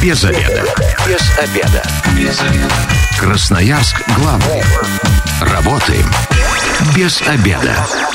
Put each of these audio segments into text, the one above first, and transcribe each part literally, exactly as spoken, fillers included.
Без обеда. Без обеда. Без обеда. Красноярск главный. Работаем без обеда.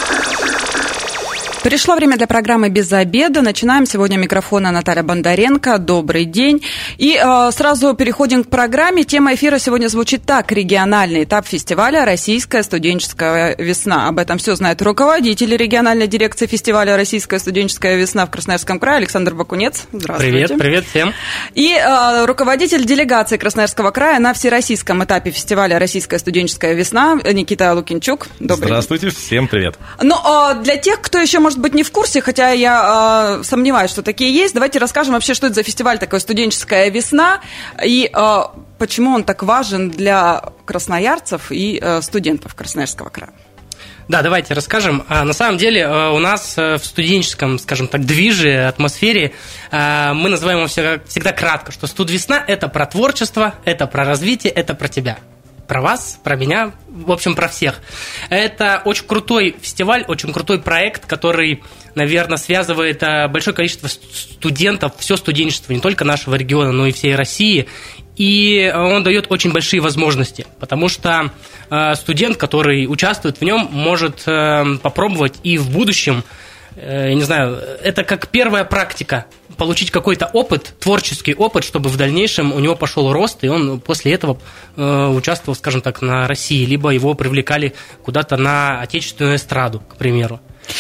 Пришло время для программы «Без обеда». Начинаем. Сегодня микрофона Наталья Бондаренко. Добрый день. И э, сразу переходим к программе. Тема эфира сегодня звучит так. Региональный этап фестиваля «Российская студенческая весна». Об этом все знает руководитель региональной дирекции фестиваля «Российская студенческая весна» в Красноярском крае Александр Бакунец. Здравствуйте. Привет, привет всем. И э, руководитель делегации Красноярского края на всероссийском этапе фестиваля «Российская студенческая весна» Никита Лукинчук. Добрый Здравствуйте, день. Всем привет. Ну, э, для тех, кто еще может быть не в курсе, хотя я э, сомневаюсь, что такие есть, давайте расскажем вообще, что это за фестиваль такой «Студенческая весна» и э, почему он так важен для красноярцев и э, студентов Красноярского края. Да, давайте расскажем. На самом деле у нас в студенческом, скажем так, движе, атмосфере мы называем его всегда кратко, что «Студвесна» – это про творчество, это про развитие, это про тебя. Про вас, про меня, в общем, про всех. Это очень крутой фестиваль, очень крутой проект, который, наверное, связывает большое количество студентов, все студенчество, не только нашего региона, но и всей России. И он дает очень большие возможности, потому что студент, который участвует в нем, может попробовать и в будущем, я не знаю, это как первая практика, получить какой-то опыт, творческий опыт, чтобы в дальнейшем у него пошел рост, и он после этого э, участвовал, скажем так, на России, либо его привлекали куда-то на отечественную эстраду, к примеру.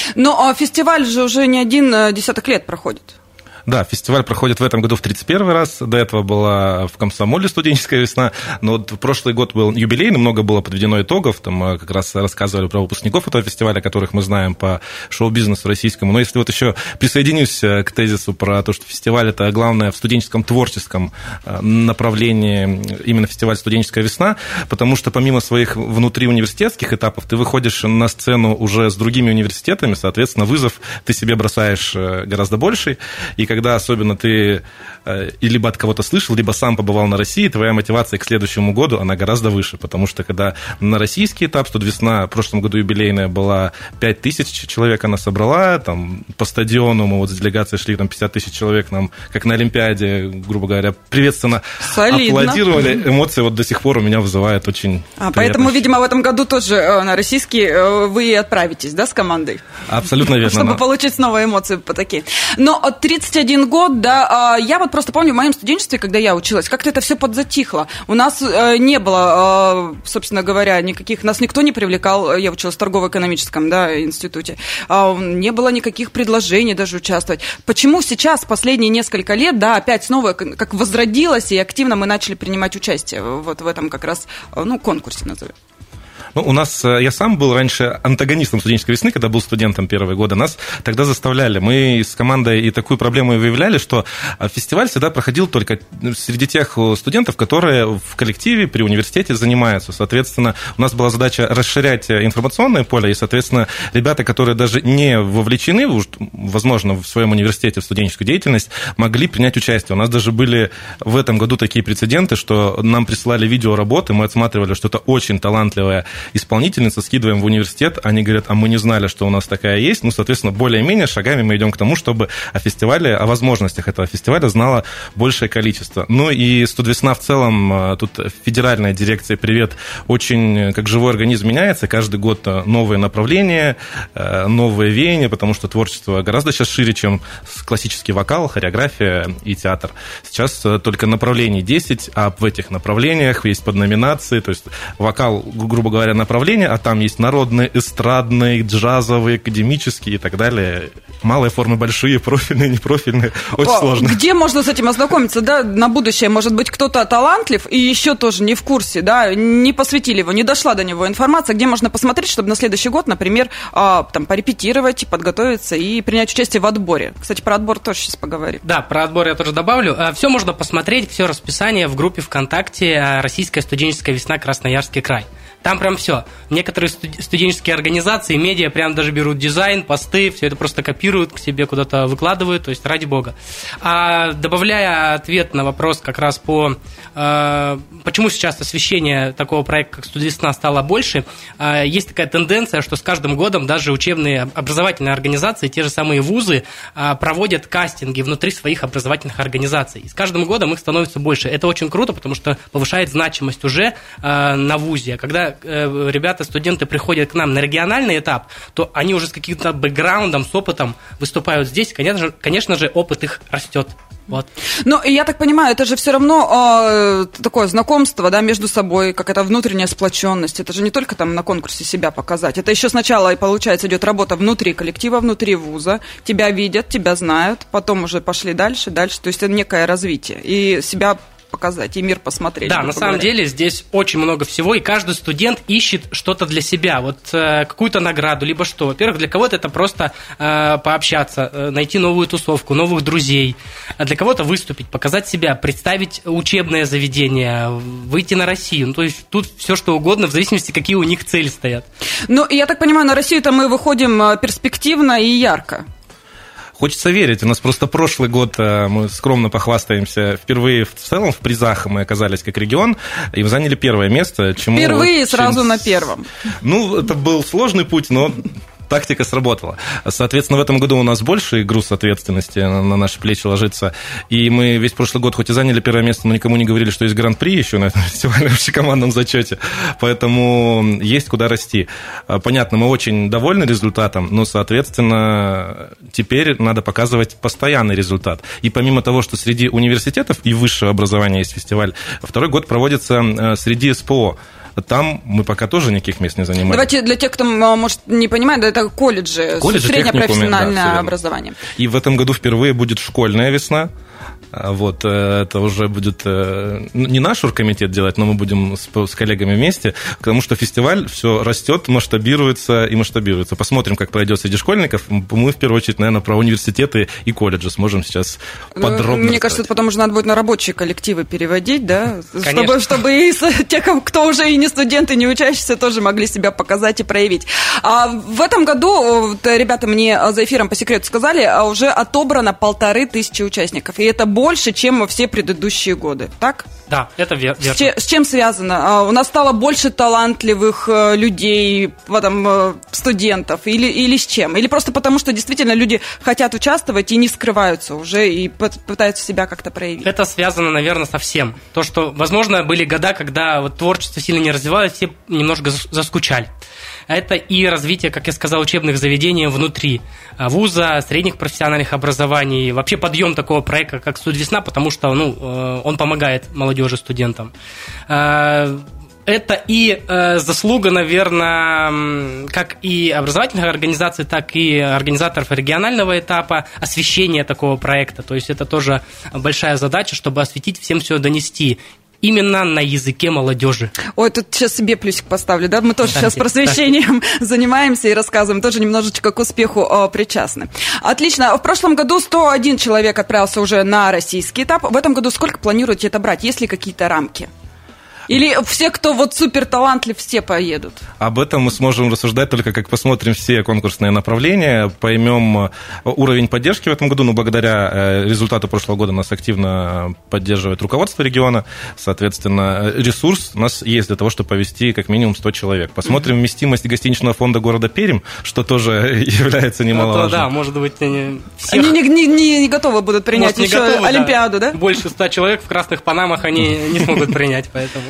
Но фестиваль же уже не один десяток лет проходит. Да, фестиваль проходит в этом году в тридцать первый раз. До этого была в Комсомоле студенческая весна. Но вот прошлый год был юбилейный, много было подведено итогов. Там мы как раз рассказывали про выпускников этого фестиваля, которых мы знаем по шоу-бизнесу российскому. Но если вот еще присоединюсь к тезису про то, что фестиваль – это главное в студенческом творческом направлении, именно фестиваль «Студенческая весна», потому что помимо своих внутриуниверситетских этапов ты выходишь на сцену уже с другими университетами, соответственно, вызов ты себе бросаешь гораздо больший. И когда особенно ты э, либо от кого-то слышал, либо сам побывал на России, твоя мотивация к следующему году, она гораздо выше, потому что когда на российский этап, «Студвесна» в прошлом году юбилейная была пять тысяч человек, она собрала, там, по стадиону мы вот с делегацией шли, там, пятьдесят тысяч человек нам, как на Олимпиаде, грубо говоря, приветственно Солидно. Аплодировали. Эмоции вот до сих пор у меня вызывают очень а, Поэтому, видимо, в этом году тоже э, на российский э, вы отправитесь, да, с командой? Абсолютно верно. Чтобы да. получить снова эмоции по такие. Но тридцать один год, да, я вот просто помню в моем студенчестве, когда я училась, как-то это все подзатихло. У нас не было, собственно говоря, никаких, нас никто не привлекал, я училась в торгово-экономическом, да, институте, не было никаких предложений даже участвовать. Почему сейчас, последние несколько лет, да, опять снова как возродилось, и активно мы начали принимать участие вот в этом как раз, ну, конкурсе, назовем? Ну, у нас, я сам был раньше антагонистом студенческой весны, когда был студентом первые годы, нас тогда заставляли. Мы с командой и такую проблему выявляли, что фестиваль всегда проходил только среди тех студентов, которые в коллективе при университете занимаются. Соответственно, у нас была задача расширять информационное поле, и, соответственно, ребята, которые даже не вовлечены, возможно, в своем университете в студенческую деятельность, могли принять участие. У нас даже были в этом году такие прецеденты, что нам присылали видеоработы, мы отсматривали, что это очень талантливая исполнительница, скидываем в университет, они говорят, а мы не знали, что у нас такая есть. Ну, соответственно, более-менее шагами мы идем к тому, чтобы о фестивале, о возможностях этого фестиваля знало большее количество. Ну и «Студвесна» в целом, тут федеральная дирекция «Привет», очень как живой организм меняется, каждый год новые направления, новые веяния, потому что творчество гораздо сейчас шире, чем классический вокал, хореография и театр. Сейчас только направлений десять, а в этих направлениях есть подноминации, то есть вокал, грубо говоря, направления, а там есть народные, эстрадные, джазовые, академические и так далее. Малые формы, большие, профильные, непрофильные. Очень а, сложно. Где можно с этим ознакомиться, да, на будущее? Может быть, кто-то талантлив и еще тоже не в курсе, да, не посвятили его, не дошла до него информация, где можно посмотреть, чтобы на следующий год, например, а, там, порепетировать, подготовиться и принять участие в отборе. Кстати, про отбор тоже сейчас поговорим. Да, про отбор я тоже добавлю. Все можно посмотреть, все расписание в группе ВКонтакте «Российская студенческая весна. Красноярский край». Там прям все. Некоторые студенческие организации, медиа прям даже берут дизайн, посты, все это просто копируют, к себе куда-то выкладывают, то есть ради бога. А добавляя ответ на вопрос как раз по э, почему сейчас освещение такого проекта, как «Студвесна», стало больше, э, есть такая тенденция, что с каждым годом даже учебные образовательные организации, те же самые вузы, э, проводят кастинги внутри своих образовательных организаций. И с каждым годом их становится больше. Это очень круто, потому что повышает значимость уже э, на вузе. Когда ребята, студенты приходят к нам на региональный этап, то они уже с каким-то бэкграундом, с опытом выступают здесь, конечно же, конечно же опыт их растет. Вот. Ну, и я так понимаю, это же все равно э, такое знакомство, да, между собой, какая-то внутренняя сплоченность. Это же не только там на конкурсе себя показать. Это еще сначала, получается, идет работа внутри коллектива, внутри вуза. Тебя видят, тебя знают, потом уже пошли дальше, дальше. То есть это некое развитие. И себя показать, и мир посмотреть. Да, на самом деле здесь очень много всего, и каждый студент ищет что-то для себя, вот э, какую-то награду, либо что. Во-первых, для кого-то это просто э, пообщаться, э, найти новую тусовку, новых друзей, а для кого-то выступить, показать себя, представить учебное заведение, выйти на Россию. Ну, то есть тут все что угодно, в зависимости, какие у них цели стоят. Ну, и я так понимаю, на Россию-то мы выходим перспективно и ярко. Хочется верить. У нас просто прошлый год, мы скромно похвастаемся, впервые в целом в призах мы оказались как регион, и мы заняли первое место. Чему впервые очень... сразу на первом. Ну, это был сложный путь, но тактика сработала. Соответственно, в этом году у нас больше груз ответственности на наши плечи ложится. И мы весь прошлый год хоть и заняли первое место, но никому не говорили, что есть гран-при еще на этом фестивале в общекомандном зачете. Поэтому есть куда расти. Понятно, мы очень довольны результатом, но, соответственно, теперь надо показывать постоянный результат. И помимо того, что среди университетов и высшего образования есть фестиваль, второй год проводится среди СПО. Там мы пока тоже никаких мест не занимаем. Давайте для тех, кто, может, не понимает, это колледжи, колледжи среднее профессиональное да, образование. И в этом году впервые будет школьная весна. Вот, это уже будет не наш оргкомитет делать, но мы будем с, с коллегами вместе, потому что фестиваль все растет, масштабируется и масштабируется. Посмотрим, как пройдет среди школьников. Мы, в первую очередь, наверное, про университеты и колледжи сможем сейчас подробно Мне рассказать. кажется, потому что надо будет на рабочие коллективы переводить, да, чтобы, чтобы и те, кто уже и не студенты, не учащиеся, тоже могли себя показать и проявить. А в этом году, ребята мне за эфиром по секрету сказали, уже отобрано полторы тысячи участников, и это больше, чем во все предыдущие годы, так? Да, это верно. С, че, с чем связано? У нас стало больше талантливых людей, потом, студентов, или, или с чем? Или просто потому, что действительно люди хотят участвовать и не скрываются уже, и пытаются себя как-то проявить? Это связано, наверное, со всем. То, что, возможно, были года, когда вот творчество сильно не развивалось, все немножко заскучали. Это и развитие, как я сказал, учебных заведений внутри вуза, средних профессиональных образований, вообще подъем такого проекта, как «Студвесна», потому что ну, он помогает молодежи, студентам. Это и заслуга, наверное, как и образовательных организаций, так и организаторов регионального этапа освещения такого проекта. То есть это тоже большая задача, чтобы осветить, всем все донести. Именно на языке молодежи. Ой, тут сейчас себе плюсик поставлю, да? Мы тоже да, сейчас просвещением да. занимаемся и рассказываем, тоже немножечко к успеху о, причастны. Отлично. В прошлом году сто один человек отправился уже на российский этап. В этом году сколько планируете это брать? Есть ли какие-то рамки? Или все, кто вот супер талантлив, все поедут? Об этом мы сможем рассуждать только как посмотрим все конкурсные направления, поймем уровень поддержки в этом году. Ну, благодаря результату прошлого года нас активно поддерживает руководство региона. Соответственно, ресурс у нас есть для того, чтобы повести как минимум сто человек. Посмотрим вместимость гостиничного фонда города Пермь, что тоже является немаловажным. Ну, да, может быть, они всех... Они не, не, не, не готовы будут принять может, еще готовы, Олимпиаду, да. да? Больше ста человек в красных панамах они не смогут принять, поэтому...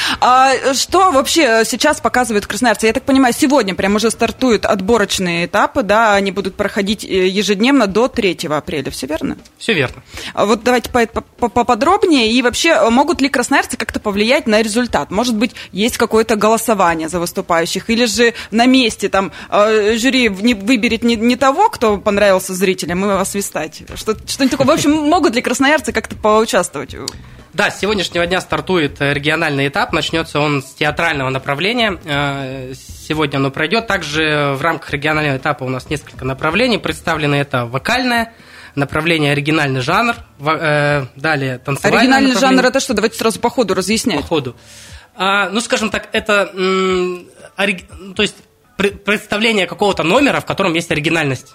А что вообще сейчас показывают красноярцы? Я так понимаю, сегодня прям уже стартуют отборочные этапы, да, они будут проходить ежедневно до третьего апреля, все верно? Все верно. Вот давайте поподробнее, и вообще могут ли красноярцы как-то повлиять на результат? Может быть, есть какое-то голосование за выступающих, или же на месте там жюри выберет не, не того, кто понравился зрителям, и вас свистать? Что, что-нибудь такое. В общем, могут ли красноярцы как-то поучаствовать? Да, с сегодняшнего дня стартует региональный этап, начнется он с театрального направления, сегодня оно пройдет. Также в рамках регионального этапа у нас несколько направлений представлены, это вокальное направление, оригинальный жанр, далее танцевальное Оригинальный жанр это что? Давайте сразу по ходу разъяснять. По ходу. А, ну, скажем так, это м, ори... то есть представление какого-то номера, в котором есть оригинальность.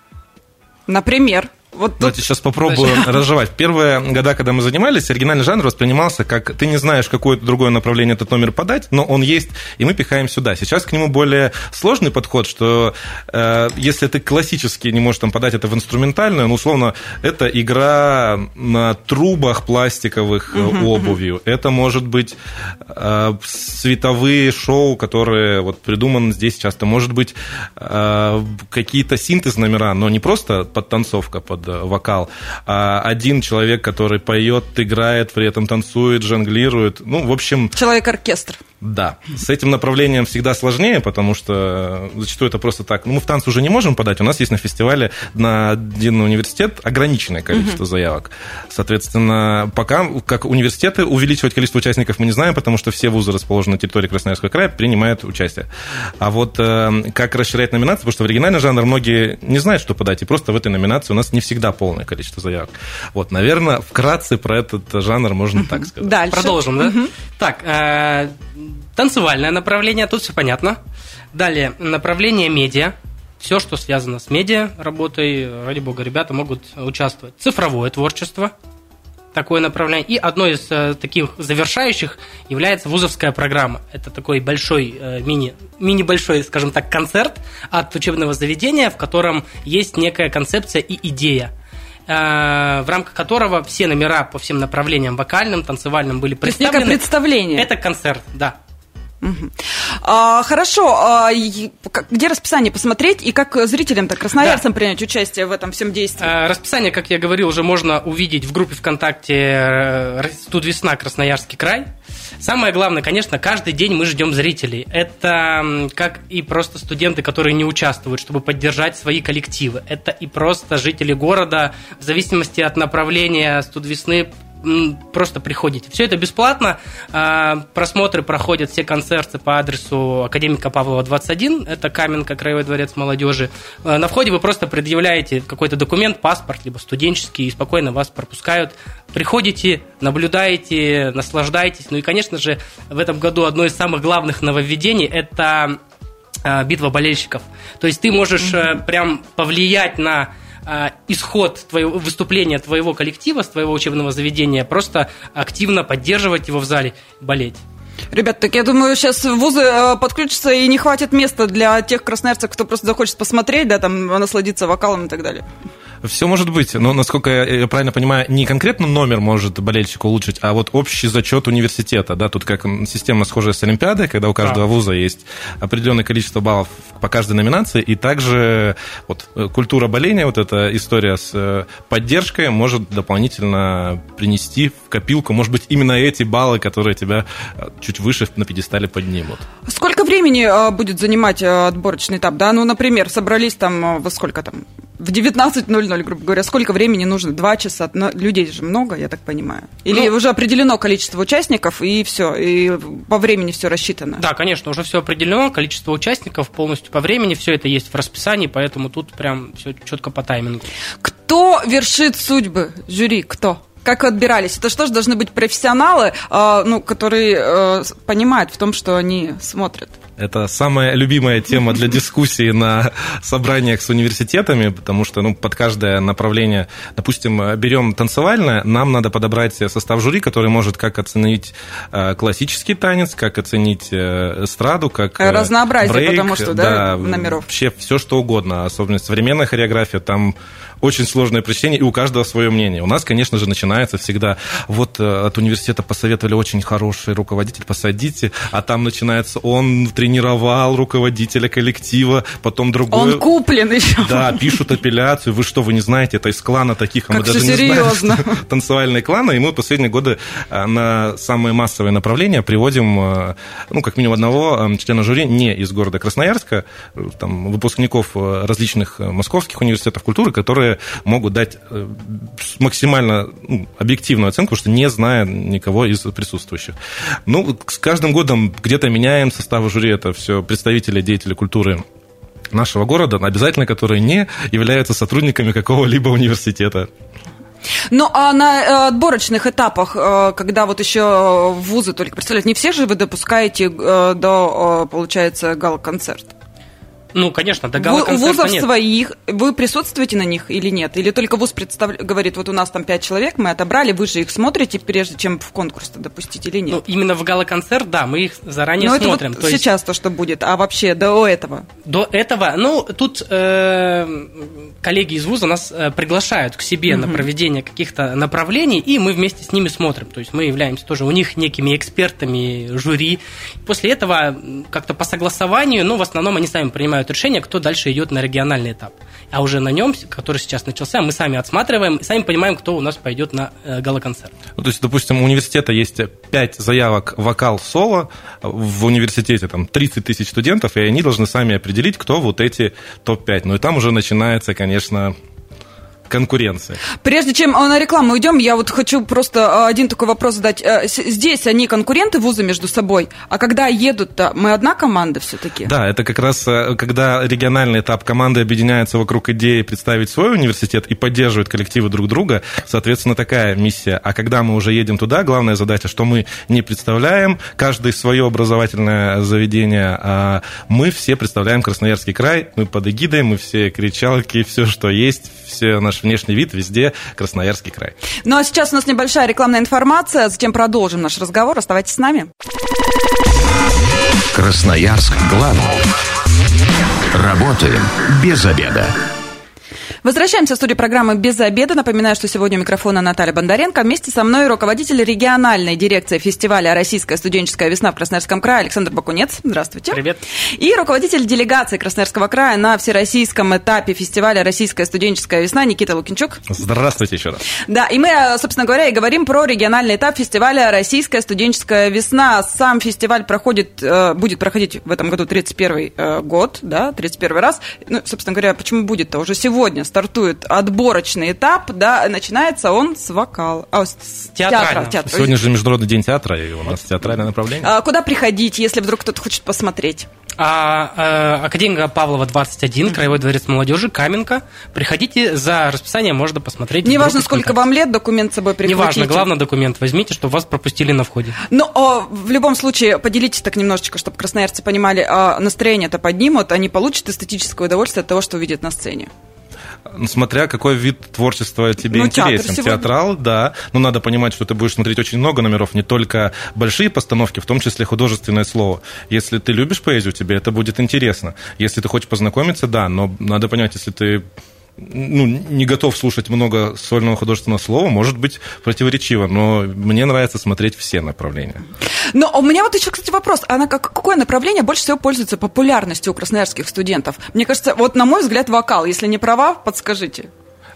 Например? Вот Давайте тут... сейчас попробую разжевать. В первые года, когда мы занимались, оригинальный жанр воспринимался как ты не знаешь, какое другое направление этот номер подать, но он есть, и мы пихаем сюда. Сейчас к нему более сложный подход, что э, если ты классически не можешь там подать это в инструментальную, ну, условно, это игра на трубах пластиковых uh-huh, обувью, uh-huh. это может быть э, световые шоу, которые вот придуманы здесь часто, может быть э, какие-то синтез-номера, но не просто подтанцовка, под вокал, а один человек, который поет, играет, при этом танцует, жонглирует. Ну, в общем... Человек-оркестр. Да. С этим направлением всегда сложнее, потому что зачастую это просто так. Ну, мы в танцы уже не можем подать. У нас есть на фестивале на один университет ограниченное количество uh-huh. заявок. Соответственно, пока как университеты увеличивать количество участников мы не знаем, потому что все вузы, расположенные на территории Красноярского края, принимают участие. А вот э, как расширять номинацию, потому что в оригинальный жанр многие не знают, что подать, и просто в этой номинации у нас не всегда полное количество заявок. Вот, наверное, вкратце про этот жанр можно uh-huh. так сказать. Дальше. Продолжим, да? Uh-huh. Так, э- танцевальное направление, тут все понятно. Далее, направление медиа. Все, что связано с медиа работой, ради бога, ребята могут участвовать. Цифровое творчество, такое направление. И одно из э, таких завершающих является вузовская программа. Это такой большой, э, мини, мини-большой, скажем так, концерт от учебного заведения, в котором есть некая концепция и идея, в рамках которого все номера по всем направлениям вокальным, танцевальным были представлены. То есть некое представление. Это концерт, да. Угу. А, хорошо, а, где расписание посмотреть и как зрителям, так красноярцам да. принять участие в этом всем действии? А, расписание, как я говорил, уже можно увидеть в группе ВКонтакте «Студвесна. Красноярский край». Самое главное, конечно, каждый день мы ждем зрителей. Это как и просто студенты, которые не участвуют, чтобы поддержать свои коллективы. Это и просто жители города, в зависимости от направления «Студвесны», просто приходите. Все это бесплатно. Просмотры проходят, все концерты по адресу Академика Павлова, двадцать один. Это Каменка, Краевой дворец молодежи. На входе вы просто предъявляете какой-то документ, паспорт, либо студенческий, и спокойно вас пропускают. Приходите, наблюдаете, наслаждайтесь. Ну и, конечно же, в этом году одно из самых главных нововведений – это битва болельщиков. То есть ты можешь mm-hmm. прям повлиять на исход твоего выступления твоего коллектива, с твоего учебного заведения, просто активно поддерживать его в зале, болеть. Ребят, так я думаю, сейчас вузы подключатся и не хватит места для тех красноярцев, кто просто захочет посмотреть, да, там, насладиться вокалом и так далее. Все может быть, но, насколько я правильно понимаю, не конкретно номер может болельщика улучшить, а вот общий зачет университета, да, тут как система схожая с Олимпиадой, когда у каждого да. вуза есть определенное количество баллов по каждой номинации, и также вот культура боления, вот эта история с поддержкой может дополнительно принести в копилку, может быть, именно эти баллы, которые тебя чуть выше на пьедестале поднимут. Сколько времени будет занимать отборочный этап, да, ну, например, собрались там во сколько там? В девятнадцать ноль ноль, грубо говоря, сколько времени нужно? Два часа? Людей же много, я так понимаю. Или ну, уже определено количество участников, и все, и по времени все рассчитано? Да, конечно, уже все определено, количество участников полностью по времени, все это есть в расписании, поэтому тут прям все четко по таймингу. Кто вершит судьбы? Жюри, кто? Как отбирались? Это что ж, должны быть профессионалы, э, ну, которые э, понимают в том, что они смотрят? Это самая любимая тема для дискуссии на собраниях с университетами, потому что ну, под каждое направление, допустим, берем танцевальное, нам надо подобрать состав жюри, который может как оценить классический танец, как оценить эстраду, как разнообразие, брейк, потому что, да, да, номеров. Вообще все что угодно, особенно современная хореография, там очень сложное прочтение, и у каждого свое мнение. У нас, конечно же, начинается всегда, вот от университета посоветовали очень хороший руководитель, посадите, а там начинается, он тренировал руководителя коллектива, потом другой... Он куплен еще. Да, пишут апелляцию, вы что, вы не знаете, это из клана таких, а как мы даже серьезно? не знаем, танцевальные кланы, и мы последние годы на самые массовые направления приводим, ну, как минимум одного члена жюри не из города Красноярска, там, выпускников различных московских университетов культуры, которые могут дать максимально ну, объективную оценку, что не зная никого из присутствующих. Ну, с каждым годом где-то меняем составы жюри, это все представители, деятели культуры нашего города, обязательно которые не являются сотрудниками какого-либо университета. Ну, а на отборочных этапах, когда вот еще вузы только представляют, не все же вы допускаете до, получается, гала-концерта? Ну, конечно, до гала-концерта У вузов нет. своих, вы присутствуете на них или нет? Или только вуз представ... говорит, вот у нас там пять человек, мы отобрали, вы же их смотрите, прежде чем в конкурс-то допустить или нет? Ну, именно в гала-концерт, да, мы их заранее Но смотрим. Это вот то сейчас есть... то, что будет, а вообще до этого? До этого, ну, тут э, коллеги из вуза нас э, приглашают к себе угу. на проведение каких-то направлений, и мы вместе с ними смотрим. То есть мы являемся тоже у них некими экспертами, жюри. После этого как-то по согласованию, ну, в основном они сами принимают решение, кто дальше идет на региональный этап. А уже на нем, который сейчас начался, мы сами отсматриваем и сами понимаем, кто у нас пойдет на э, гала-концерт. Ну, то есть, допустим, у университета есть пять заявок вокал-соло, в университете там тридцать тысяч студентов, и они должны сами определить, кто вот эти топ пять. Ну и там уже начинается, конечно, конкуренция. Прежде чем на рекламу идем, я вот хочу просто один такой вопрос задать. Здесь они конкуренты вузы между собой, а когда едут-то, мы одна команда все-таки? Да, это как раз когда региональный этап команды объединяются вокруг идеи представить свой университет и поддерживают коллективы друг друга, соответственно, такая миссия. А когда мы уже едем туда, главная задача, что мы не представляем каждое свое образовательное заведение, а мы все представляем Красноярский край, мы под эгидой, мы все кричалки, все, что есть, все наши внешний вид, везде Красноярский край. Ну а сейчас у нас небольшая рекламная информация, затем продолжим наш разговор. Оставайтесь с нами. Красноярск главный. Работаем без обеда. Возвращаемся в студию программы «Без обеда». Напоминаю, что сегодня у микрофона Наталья Бондаренко. Вместе со мной руководитель региональной дирекции фестиваля «Российская студенческая весна» в Красноярском крае Александр Бакунец. Здравствуйте. Привет. И руководитель делегации Красноярского края на всероссийском этапе фестиваля «Российская студенческая весна» Никита Лукинчук. Здравствуйте еще раз. Да, и мы, собственно говоря, и говорим про региональный этап фестиваля «Российская студенческая весна». Сам фестиваль проходит, будет проходить в этом году тридцать первый год, да, тридцать первый раз. Ну, собственно говоря, почему будет-то? Уже сегодня стартует отборочный этап, да, начинается он с вокала, а, с театра, театра. Сегодня же Международный день театра, и у нас театральное направление. А куда приходить, если вдруг кто-то хочет посмотреть? А, а, Академика Павлова, двадцать один, Краевой дворец молодежи, Каменка. Приходите, за расписание можно посмотреть. Неважно, сколько вам лет, документ с собой прихватите. Неважно, главное, документ возьмите, чтобы вас пропустили на входе. Ну, о, в любом случае, поделитесь так немножечко, чтобы красноярцы понимали, а настроение-то поднимут, они получат эстетическое удовольствие от того, что увидят на сцене. Смотря какой вид творчества тебе ну, интересен. Театр Театрал, да. Но надо понимать, что ты будешь смотреть очень много номеров, не только большие постановки, в том числе художественное слово. Если ты любишь поэзию, тебе это будет интересно. Если ты хочешь познакомиться, да, но надо понять, если ты ну, не готов слушать много сольного художественного слова, может быть противоречиво, но мне нравится смотреть все направления. Но у меня вот еще, кстати, вопрос. А на какое направление больше всего пользуется популярностью у красноярских студентов? Мне кажется, вот на мой взгляд, вокал. Если не права, подскажите.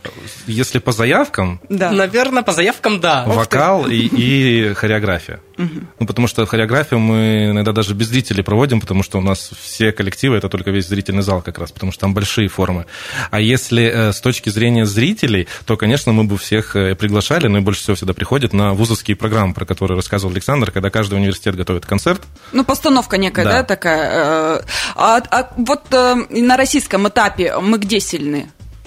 Если по заявкам... Да. Наверное, по заявкам, да. Вокал и, и хореография. Угу. Ну, потому что хореографию мы иногда даже без зрителей проводим, потому что у нас все коллективы, это только весь зрительный зал как раз, потому что там большие формы. А если э, с точки зрения зрителей, то, конечно, мы бы всех э, приглашали, но и больше всего всегда приходят на вузовские программы, про которые рассказывал Александр, когда каждый университет готовит концерт. Ну, постановка некая, да, да такая. А, а вот э, на российском этапе мы где сильны?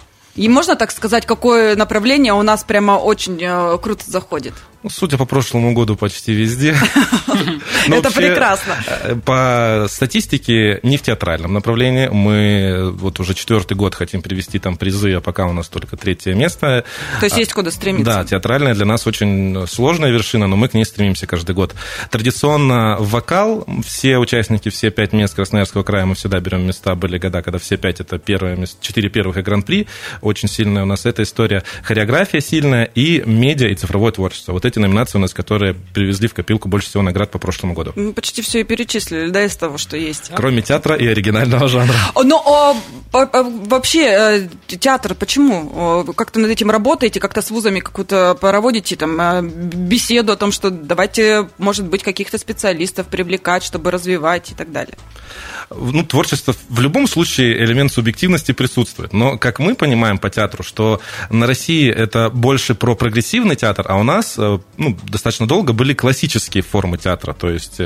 И можно так сказать, какое направление у нас прямо очень э, круто заходит? Ну, судя по прошлому году, почти везде. Это прекрасно. По статистике, не в театральном направлении. Мы вот уже четвертый год хотим привести там призы, а пока у нас только третье место. То есть есть куда стремиться. Да, театральная для нас очень сложная вершина, но мы к ней стремимся каждый год. Традиционно вокал, все участники, все пять мест Красноярского края, мы всегда берем места, были года, когда все пять это первое место, четыре первых и гран-при. Очень сильная у нас эта история. Хореография сильная и медиа, и цифровое творчество. Вот эти номинации у нас, которые привезли в копилку больше всего наград по прошлому году. Мы почти все и перечислили, да, из того, что есть. Кроме театра и оригинального жанра. Но а, вообще театр, почему? Как-то над этим работаете, как-то с вузами какую-то проводите там беседу о том, что давайте, может быть, каких-то специалистов привлекать, чтобы развивать и так далее? Ну, творчество в любом случае элемент субъективности присутствует. Но, как мы понимаем по театру, что на России это больше про прогрессивный театр, а у нас ну, достаточно долго были классические формы театра, то есть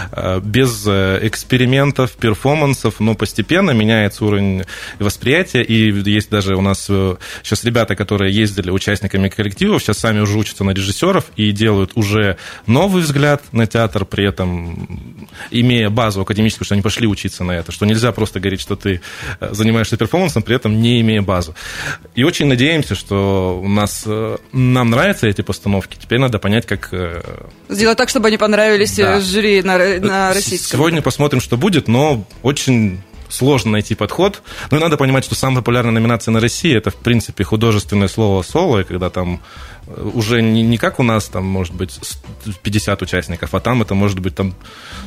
без экспериментов, перформансов, но постепенно меняется уровень восприятия, и есть даже у нас сейчас ребята, которые ездили участниками коллективов, сейчас сами уже учатся на режиссеров и делают уже новый взгляд на театр, при этом имея базу академическую, что они пошли учиться на это, что нельзя просто говорить, что ты занимаешься перформансом, при этом не имея базу. И очень надеемся, что у нас, нам нравятся эти постановки, теперь надо понять, как... Сделать так, чтобы они понравились да. жюри на, на российском. Сегодня посмотрим, что будет, но очень... сложно найти подход. Ну и надо понимать, что самая популярная номинация на России – это, в принципе, художественное слово «соло», и когда там уже не, не как у нас, там, может быть, пятьдесят участников, а там это может быть там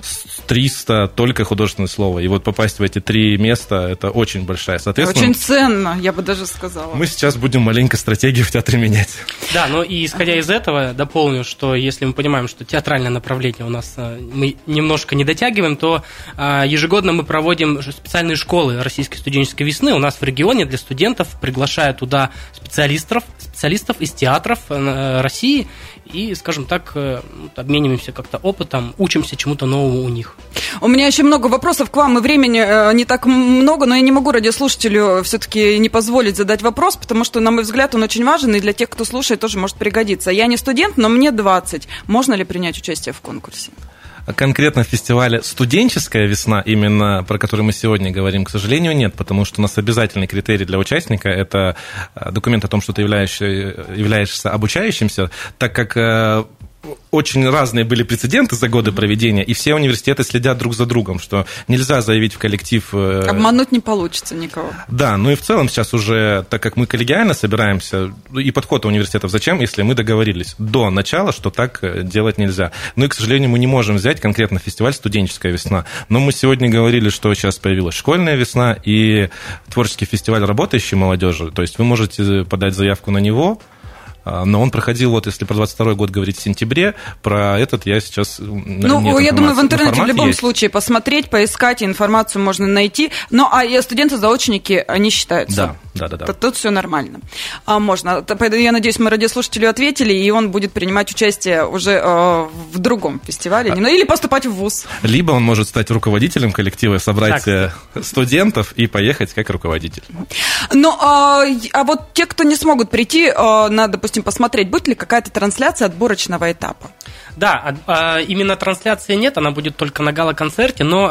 триста только художественное слово. И вот попасть в эти три места – это очень большая. Соответственно, очень ценно, я бы даже сказала. Мы сейчас будем маленько стратегию в театре менять. Да, ну и исходя из этого, дополню, что если мы понимаем, что театральное направление у нас мы немножко не дотягиваем, то ежегодно мы проводим специальные школы российской студенческой весны. У нас в регионе для студентов приглашают туда специалистов, специалистов из театров России и, скажем так, обмениваемся как-то опытом, учимся чему-то новому у них. У меня еще много вопросов к вам, и времени не так много, но я не могу радиослушателю все-таки не позволить задать вопрос, потому что, на мой взгляд, он очень важен, и для тех, кто слушает, тоже может пригодиться. Я не студент, но мне двадцать. Можно ли принять участие в конкурсе? Конкретно в фестивале «Студенческая весна», именно про который мы сегодня говорим, к сожалению, нет, потому что у нас обязательный критерий для участника – это документ о том, что ты являешься, являешься обучающимся, так как очень разные были прецеденты за годы проведения, и все университеты следят друг за другом, что нельзя заявить в коллектив... Обмануть не получится никого. Да, ну и в целом сейчас уже, так как мы коллегиально собираемся, и подход университетов зачем, если мы договорились до начала, что так делать нельзя. Ну и, к сожалению, мы не можем взять конкретно фестиваль «Студенческая весна». Но мы сегодня говорили, что сейчас появилась школьная весна и творческий фестиваль работающей молодежи. То есть вы можете подать заявку на него, но он проходил, вот если про двадцать второй год говорить, в сентябре, про этот я сейчас... Ну, я думаю, в интернете в любом есть. случае посмотреть, поискать, информацию можно найти. Ну, а студенты-заочники, они считаются. Да, да, да. да. Тут, тут все нормально. А, можно. Я надеюсь, мы радиослушателю ответили, и он будет принимать участие уже э, в другом фестивале. А... Или поступать в вуз. Либо он может стать руководителем коллектива, собрать так. студентов и поехать как руководитель. Ну, а, а вот те, кто не смогут прийти, э, на, допустим, посмотреть, будет ли какая-то трансляция отборочного этапа? Да, именно трансляции нет, она будет только на гала-концерте, но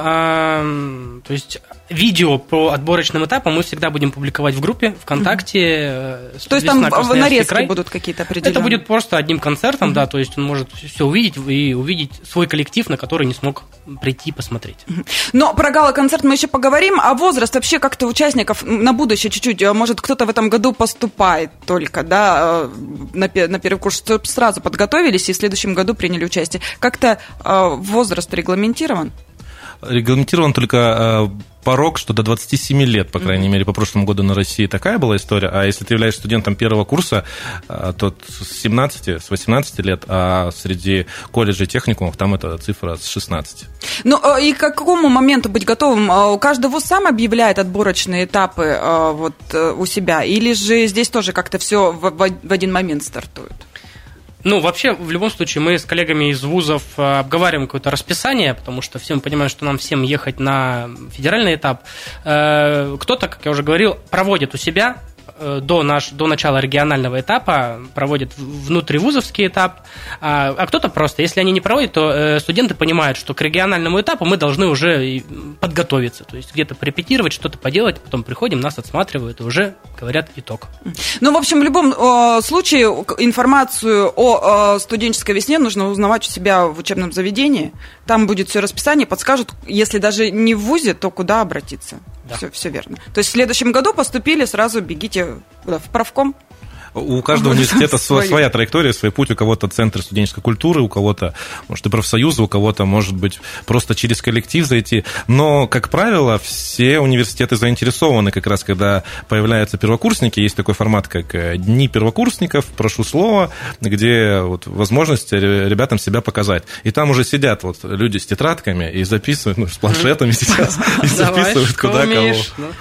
то есть видео по отборочным этапам мы всегда будем публиковать в группе ВКонтакте. Mm-hmm. То есть там нарезки край. будут какие-то определенные? Это будет просто одним концертом, mm-hmm. да, то есть он может все увидеть и увидеть свой коллектив, на который не смог прийти посмотреть. Mm-hmm. Но про гала-концерт мы еще поговорим, а возраст вообще как-то участников на будущее чуть-чуть, может, кто-то в этом году поступает только, да, на, на первый курс, чтобы сразу подготовились и в следующем году приняли участие. Как-то э, возраст регламентирован? Регламентирован только э, порог, что до двадцати семи лет, по крайней mm-hmm. мере, по прошлому году на России такая была история. А если ты являешься студентом первого курса, э, то с семнадцати, с восемнадцати лет, а среди колледжей и техникумов там эта цифра с шестнадцати. Ну э, и к какому моменту быть готовым? Э, каждый вуз сам объявляет отборочные этапы э, вот, э, у себя, или же здесь тоже как-то все в, в один момент стартует? Ну, вообще, в любом случае, мы с коллегами из вузов обговариваем какое-то расписание, потому что все мы понимаем, что нам всем ехать на федеральный этап. Кто-то, как я уже говорил, проводит у себя до, наш, до начала регионального этапа, проводит внутривузовский этап, а, а кто-то просто, если они не проводят, то студенты понимают, что к региональному этапу мы должны уже подготовиться, то есть где-то порепетировать, что-то поделать, потом приходим, нас отсматривают и уже говорят итог. Ну, в общем, в любом э, случае информацию о э, студенческой весне нужно узнавать у себя в учебном заведении, там будет все расписание, подскажут, если даже не в вузе, то куда обратиться. Да. Все, все верно. То есть в следующем году поступили, сразу бегите в правком. У каждого университета своя. своя траектория, свой путь. У кого-то центр студенческой культуры, у кого-то, может, и профсоюзы, у кого-то, может быть, просто через коллектив зайти. Но, как правило, все университеты заинтересованы как раз, когда появляются первокурсники. Есть такой формат, как Дни первокурсников, прошу слова, где вот возможность ребятам себя показать. И там уже сидят вот люди с тетрадками и записывают, ну, с планшетами сейчас, и записывают куда кого.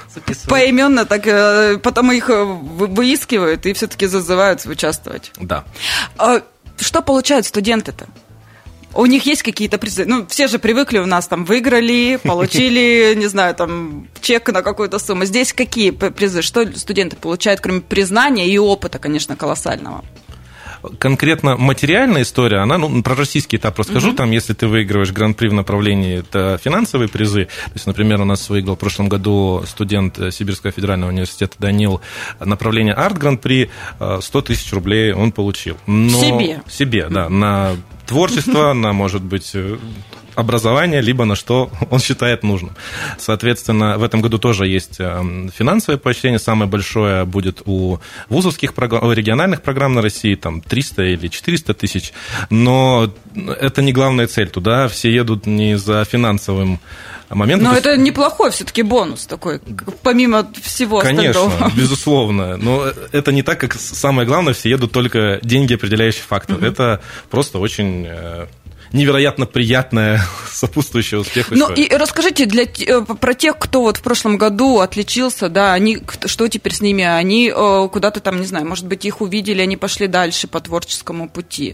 Поименно так, потом их выискивают и все-таки зазывают участвовать. Да. что получают студенты-то? У них есть какие-то призы? Ну, все же привыкли у нас, там, выиграли, получили, не знаю, там, чек на какую-то сумму. Здесь какие призы? Что студенты получают, кроме признания и опыта, конечно, колоссального? Конкретно материальная история, она, ну, про российский этап расскажу, uh-huh. там, если ты выигрываешь гран-при в направлении, это финансовые призы, то есть, например, у нас выиграл в прошлом году студент Сибирского федерального университета Данил направление арт-гран-при, сто тысяч рублей он получил. Но... Себе? Себе, да, на творчество, на, может быть, образование, либо на что он считает нужным. Соответственно, в этом году тоже есть финансовое поощрение. Самое большое будет у вузовских программ, региональных программ на России, там триста или четыреста тысяч. Но это не главная цель. Туда все едут не за финансовым моментом. Но это неплохой все-таки бонус такой, помимо всего остального. Конечно, безусловно. Но это не так, как самое главное, все едут только деньги, определяющий фактор. Угу. Это просто очень... невероятно приятная, сопутствующая успеху история. Ну и расскажите для, про тех, кто вот в прошлом году отличился, да, они, что теперь с ними? Они куда-то там, не знаю, может быть, их увидели, они пошли дальше по творческому пути.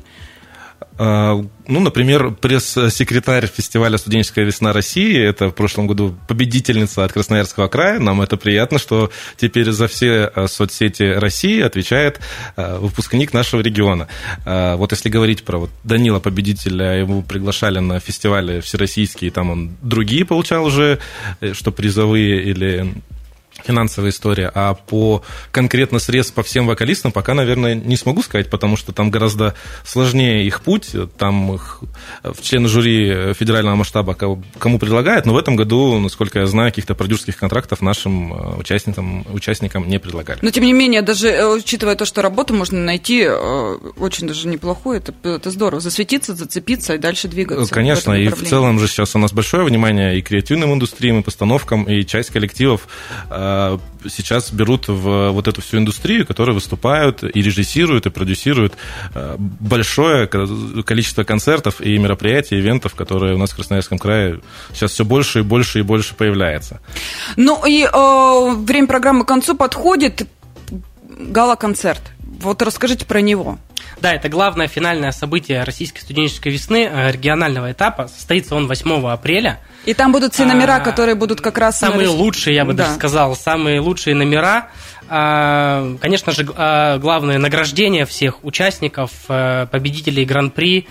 Ну, например, пресс-секретарь фестиваля «Студенческая весна России», это в прошлом году победительница от Красноярского края. Нам это приятно, что теперь за все соцсети России отвечает выпускник нашего региона. Вот если говорить про вот Данила, победителя, его приглашали на фестивали всероссийские, там он другие получал уже, что призовые или... финансовая история, а по конкретно средств по всем вокалистам пока, наверное, не смогу сказать, потому что там гораздо сложнее их путь, там их в члены жюри федерального масштаба кому предлагают, но в этом году, насколько я знаю, каких-то продюсерских контрактов нашим участникам, участникам не предлагали. Но, тем не менее, даже учитывая то, что работу можно найти очень даже неплохую, это, это здорово, засветиться, зацепиться и дальше двигаться. Конечно, в и в целом же сейчас у нас большое внимание и креативным индустриям, и постановкам, и часть коллективов сейчас берут в вот эту всю индустрию, которые выступают и режиссируют, и продюсируют большое количество концертов и мероприятий, ивентов, которые у нас в Красноярском крае сейчас все больше и больше и больше появляется. Ну и э, время программы к концу подходит. Гала-концерт. Вот расскажите про него. Да, это главное финальное событие Российской студенческой весны регионального этапа. Состоится он восьмого апреля. И там будут все номера, а, которые будут как раз... Самые на... лучшие, я бы да. даже сказал, самые лучшие номера. А, конечно же, главное награждение всех участников, победителей Гран-при,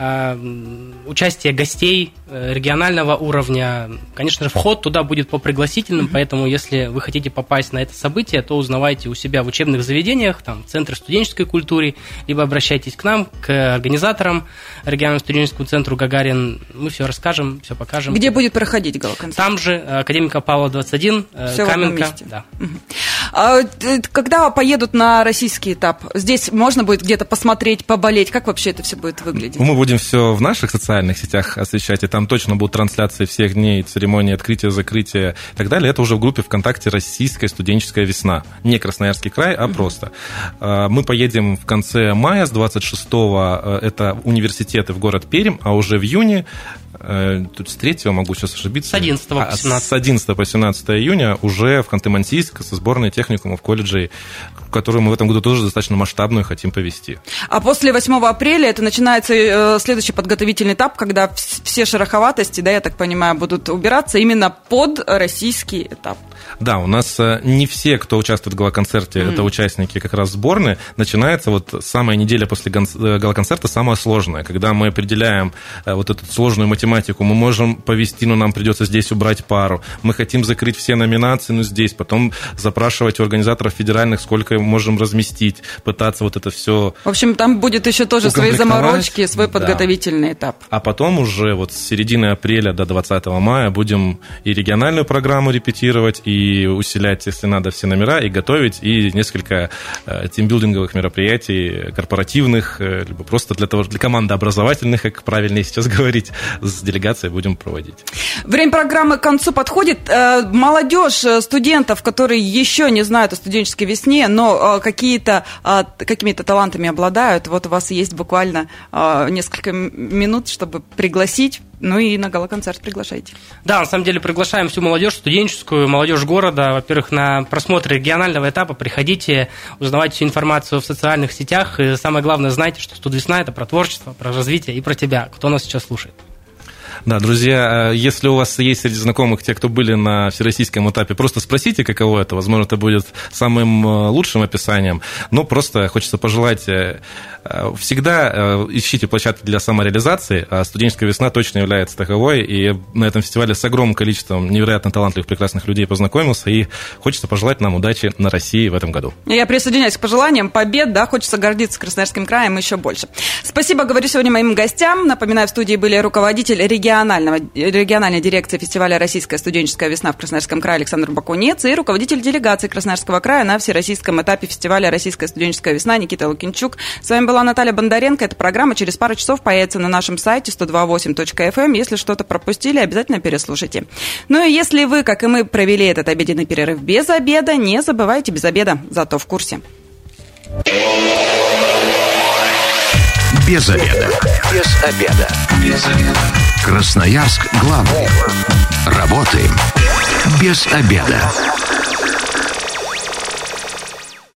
участие гостей регионального уровня. Конечно же, вход туда будет по пригласительным, mm-hmm. поэтому если вы хотите попасть на это событие, то узнавайте у себя в учебных заведениях, там, в Центре студенческой культуры, либо обращайтесь к нам, к организаторам региональному студенческому центру Гагарин. Мы все расскажем, все покажем. Где будет проходить гала-концерт? Там же, Академика Павла двадцать один, все Каменка. Да. Mm-hmm. А, когда поедут на российский этап, здесь можно будет где-то посмотреть, поболеть? Как вообще это все будет выглядеть? Мы будем все в наших социальных сетях освещать, и там точно будут трансляции всех дней, церемонии открытия, закрытия и так далее. Это уже в группе ВКонтакте «Российская студенческая весна». Не Красноярский край, а mm-hmm. просто. Мы поедем в конце мая, с двадцать шестого это университеты в город Пермь, а уже в июне, тут с третьего могу сейчас ошибиться. С одиннадцатого по семнадцатое. С одиннадцатого по семнадцатое июня уже в Ханты-Мансийск со сборной техникумов, колледжей, которую мы в этом году тоже достаточно масштабную хотим повести. А после восьмого апреля это начинается следующий подготовительный этап, когда все шероховатости, да, я так понимаю, будут убираться именно под российский этап. Да, у нас не все, кто участвует в гала-концерте, mm-hmm. это участники как раз сборной. Начинается вот самая неделя после гала-концерта, самая сложная, когда мы определяем вот эту сложную математику. Мы можем повести, но нам придется здесь убрать пару. Мы хотим закрыть все номинации, но здесь. Потом запрашивать у организаторов федеральных, сколько можем разместить, пытаться вот это все. В общем, там будет еще тоже свои заморочки, свой подготовительный да. этап. А потом уже вот с середины апреля до двадцатого мая будем и региональную программу репетировать, и усилять, если надо, все номера, и готовить, и несколько э, тимбилдинговых мероприятий, корпоративных, э, либо просто для того, для командообразовательных, как правильнее сейчас говорить, с делегацией будем проводить. Время программы к концу подходит. Молодежь, студентов, которые еще не знают о студенческой весне, но какие-то, какими-то талантами обладают, вот у вас есть буквально несколько минут, чтобы пригласить. Ну и на гала-концерт приглашайте. Да, на самом деле приглашаем всю молодежь студенческую, молодежь города. Во-первых, на просмотр регионального этапа приходите, узнавайте всю информацию в социальных сетях. И самое главное, знайте, что «Студвесна» – это про творчество, про развитие и про тебя, кто нас сейчас слушает. Да, друзья, если у вас есть среди знакомых те, кто были на всероссийском этапе, просто спросите, каково это. Возможно, это будет самым лучшим описанием. Но просто хочется пожелать, всегда ищите площадки для самореализации, а студенческая весна точно является таковой. И на этом фестивале с огромным количеством невероятно талантливых, прекрасных людей познакомился. И хочется пожелать нам удачи на России в этом году. Я присоединяюсь к пожеланиям побед, да, хочется гордиться Красноярским краем еще больше. Спасибо, говорю сегодня моим гостям. Напоминаю, в студии были руководитель регионального региональной дирекции фестиваля «Российская студенческая весна» в Красноярском крае Александр Бакунец и руководитель делегации Красноярского края на всероссийском этапе фестиваля «Российская студенческая весна» Никита Лукинчук. С вами была Наталья Бондаренко. Эта программа через пару часов появится на нашем сайте сто два восемь точка эф эм. Если что-то пропустили, обязательно переслушайте. Ну и если вы, как и мы, провели этот обеденный перерыв без обеда, не забывайте без обеда, зато в курсе. Без обеда. Без обеда. Без обеда. Красноярск главный. Работаем без обеда.